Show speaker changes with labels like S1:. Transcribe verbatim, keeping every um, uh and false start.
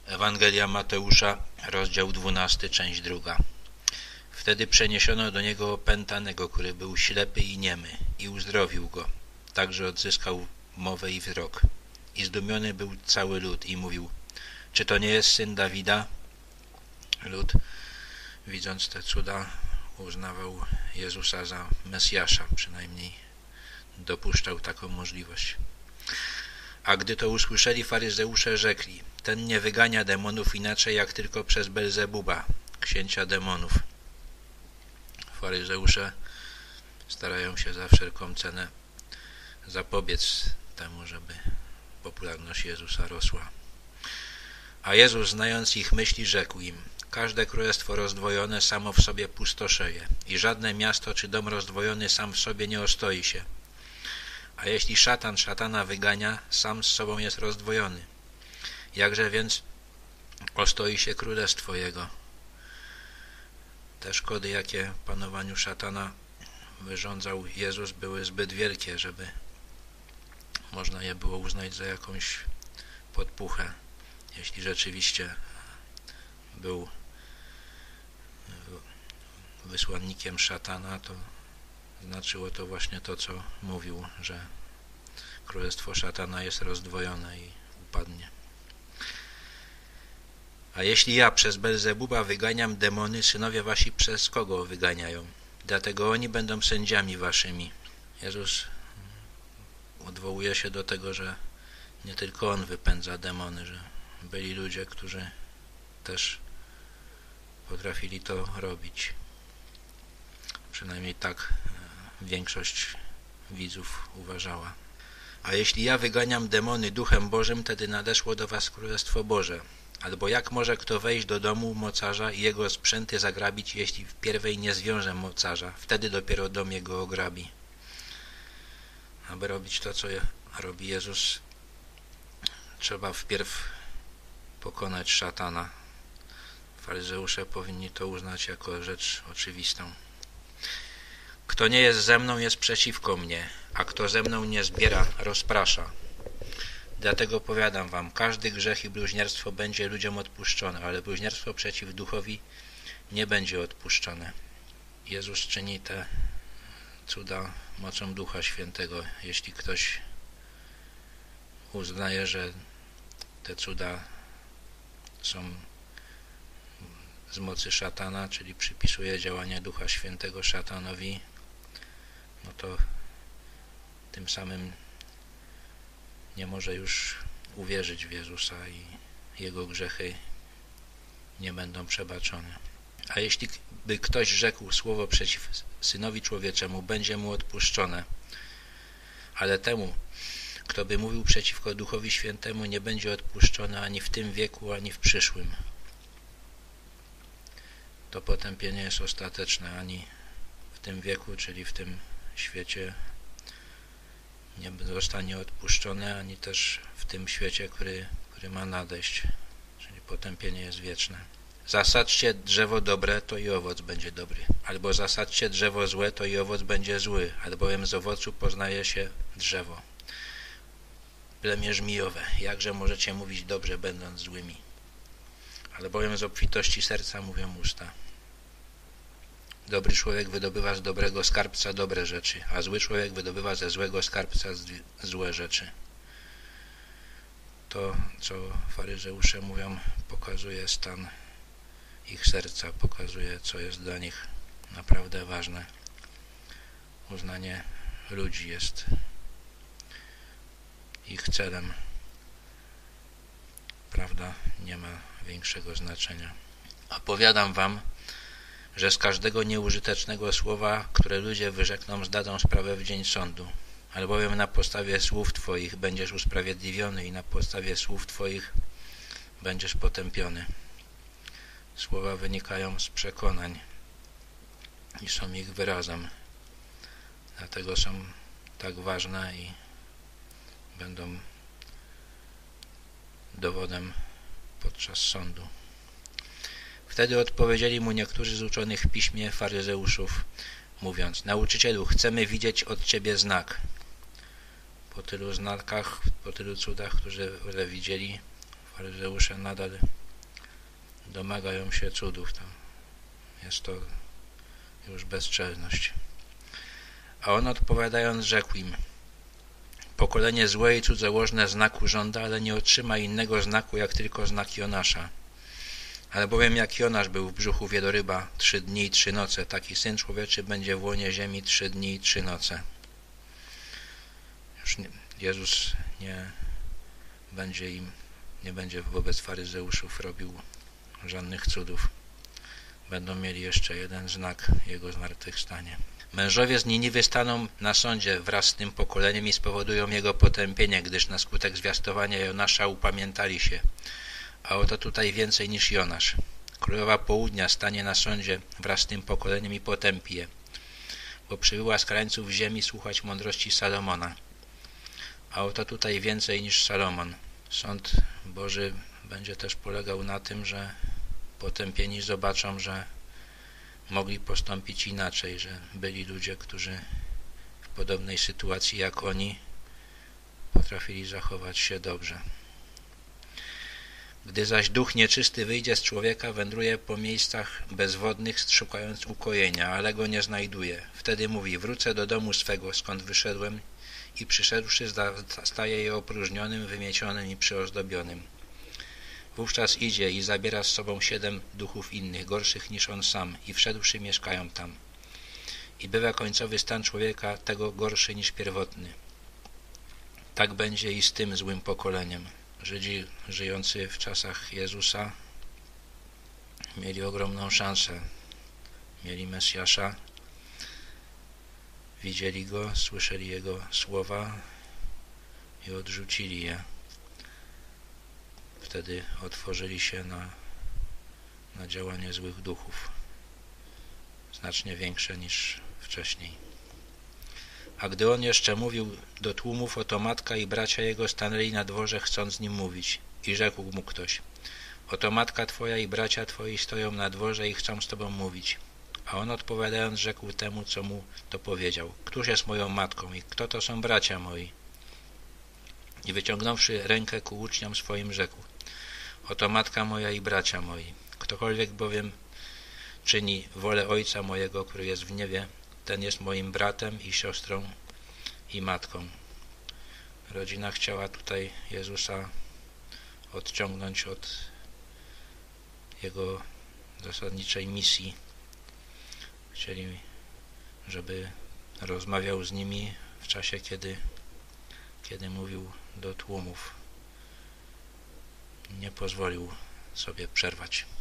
S1: Ewangelia Mateusza, rozdział dwunasty, część druga. Wtedy przeniesiono do niego opętanego, który był ślepy i niemy, i uzdrowił go, tak że odzyskał mowę i wzrok. I zdumiony był cały lud i mówił: czy to nie jest syn Dawida? Lud, widząc te cuda, uznawał Jezusa za Mesjasza, przynajmniej dopuszczał taką możliwość. A gdy to usłyszeli, faryzeusze rzekli: ten nie wygania demonów inaczej jak tylko przez Belzebuba, księcia demonów. Faryzeusze starają się za wszelką cenę zapobiec temu, żeby popularność Jezusa rosła. A Jezus, znając ich myśli, rzekł im: każde królestwo rozdwojone samo w sobie pustoszeje i żadne miasto czy dom rozdwojony sam w sobie nie ostoi się. A jeśli szatan szatana wygania, sam z sobą jest rozdwojony. Jakże więc ostoi się królestwo jego? Te szkody, jakie panowaniu szatana wyrządzał Jezus, były zbyt wielkie, żeby można je było uznać za jakąś podpuchę. Jeśli rzeczywiście był wysłannikiem szatana, to znaczyło to właśnie to, co mówił, że królestwo szatana jest rozdwojone i upadnie. A jeśli ja przez Belzebuba wyganiam demony, synowie wasi przez kogo wyganiają? Dlatego oni będą sędziami waszymi. Jezus odwołuje się do tego, że nie tylko On wypędza demony, że byli ludzie, którzy też potrafili to robić. Przynajmniej tak większość widzów uważała. A jeśli ja wyganiam demony duchem Bożym, wtedy nadeszło do was Królestwo Boże. Albo jak może kto wejść do domu mocarza i jego sprzęty zagrabić, jeśli wpierwej nie zwiąże mocarza? Wtedy dopiero dom jego ograbi. Aby robić to, co robi Jezus, trzeba wpierw pokonać szatana. Faryzeusze powinni to uznać jako rzecz oczywistą. Kto nie jest ze mną, jest przeciwko mnie, a kto ze mną nie zbiera, rozprasza. Dlatego powiadam wam, każdy grzech i bluźnierstwo będzie ludziom odpuszczone, ale bluźnierstwo przeciw duchowi nie będzie odpuszczone. Jezus czyni te cuda mocą Ducha Świętego. Jeśli ktoś uznaje, że te cuda są z mocy szatana, czyli przypisuje działanie Ducha Świętego szatanowi, no to tym samym nie może już uwierzyć w Jezusa i jego grzechy nie będą przebaczone. A jeśli by ktoś rzekł słowo przeciw Synowi Człowieczemu, będzie mu odpuszczone, ale temu, kto by mówił przeciwko Duchowi Świętemu, nie będzie odpuszczone ani w tym wieku, ani w przyszłym. To potępienie jest ostateczne, ani w tym wieku, czyli w tym świecie, nie zostanie odpuszczone, ani też w tym świecie, który, który ma nadejść, czyli potępienie jest wieczne. Zasadźcie drzewo dobre, to i owoc będzie dobry, albo zasadźcie drzewo złe, to i owoc będzie zły, albowiem z owocu poznaje się drzewo. Plemię żmijowe, jakże możecie mówić dobrze, będąc złymi? Albowiem z obfitości serca mówią usta. Dobry człowiek wydobywa z dobrego skarbca dobre rzeczy, a zły człowiek wydobywa ze złego skarbca złe rzeczy. To, co faryzeusze mówią, pokazuje stan ich serca, pokazuje, co jest dla nich naprawdę ważne. Uznanie ludzi jest ich celem. Prawda nie ma większego znaczenia. A powiadam wam, że z każdego nieużytecznego słowa, które ludzie wyrzekną, zdadzą sprawę w dzień sądu. Albowiem na podstawie słów twoich będziesz usprawiedliwiony i na podstawie słów twoich będziesz potępiony. Słowa wynikają z przekonań i są ich wyrazem. Dlatego są tak ważne i będą dowodem podczas sądu. Wtedy odpowiedzieli mu niektórzy z uczonych w piśmie faryzeuszów, mówiąc: nauczycielu, chcemy widzieć od ciebie znak. Po tylu znakach, po tylu cudach, które widzieli, faryzeusze nadal domagają się cudów. To jest to już bezczelność. A on odpowiadając rzekł im: pokolenie złe i cudzołożne znaku żąda, ale nie otrzyma innego znaku, jak tylko znak Jonasza. Albowiem jak Jonasz był w brzuchu wieloryba trzy dni i trzy noce, taki Syn Człowieczy będzie w łonie ziemi trzy dni i trzy noce. Już nie, Jezus nie będzie im, nie będzie wobec faryzeuszów robił żadnych cudów. Będą mieli jeszcze jeden znak Jego zmartwychwstania. Mężowie z Niniwy staną na sądzie wraz z tym pokoleniem i spowodują jego potępienie, gdyż na skutek zwiastowania Jonasza upamiętali się. A oto tutaj więcej niż Jonasz. Królowa Południa stanie na sądzie wraz z tym pokoleniem i potępi je, bo przybyła z krańców ziemi słuchać mądrości Salomona. A oto tutaj więcej niż Salomon. Sąd Boży będzie też polegał na tym, że potępieni zobaczą, że mogli postąpić inaczej, że byli ludzie, którzy w podobnej sytuacji jak oni potrafili zachować się dobrze. Gdy zaś duch nieczysty wyjdzie z człowieka, wędruje po miejscach bezwodnych, szukając ukojenia, ale go nie znajduje. Wtedy mówi: wrócę do domu swego, skąd wyszedłem, i przyszedłszy staje je opróżnionym, wymiecionym i przyozdobionym. Wówczas idzie i zabiera z sobą siedem duchów innych, gorszych niż on sam, i wszedłszy mieszkają tam. I bywa końcowy stan człowieka tego gorszy niż pierwotny. Tak będzie i z tym złym pokoleniem. Żydzi żyjący w czasach Jezusa mieli ogromną szansę. Mieli Mesjasza, widzieli Go, słyszeli Jego słowa i odrzucili je. Wtedy otworzyli się na, na działanie złych duchów, znacznie większe niż wcześniej. A gdy on jeszcze mówił do tłumów, oto matka i bracia jego stanęli na dworze, chcąc z nim mówić. I rzekł mu ktoś: oto matka twoja i bracia twoi stoją na dworze i chcą z tobą mówić. A on odpowiadając rzekł temu, co mu to powiedział: któż jest moją matką i kto to są bracia moi? I wyciągnąwszy rękę ku uczniom swoim, rzekł: oto matka moja i bracia moi. Ktokolwiek bowiem czyni wolę Ojca mojego, który jest w niebie, ten jest moim bratem i siostrą i matką. Rodzina chciała tutaj Jezusa odciągnąć od Jego zasadniczej misji. Chcieli, żeby rozmawiał z nimi w czasie, kiedy, kiedy mówił do tłumów. Nie pozwolił sobie przerwać.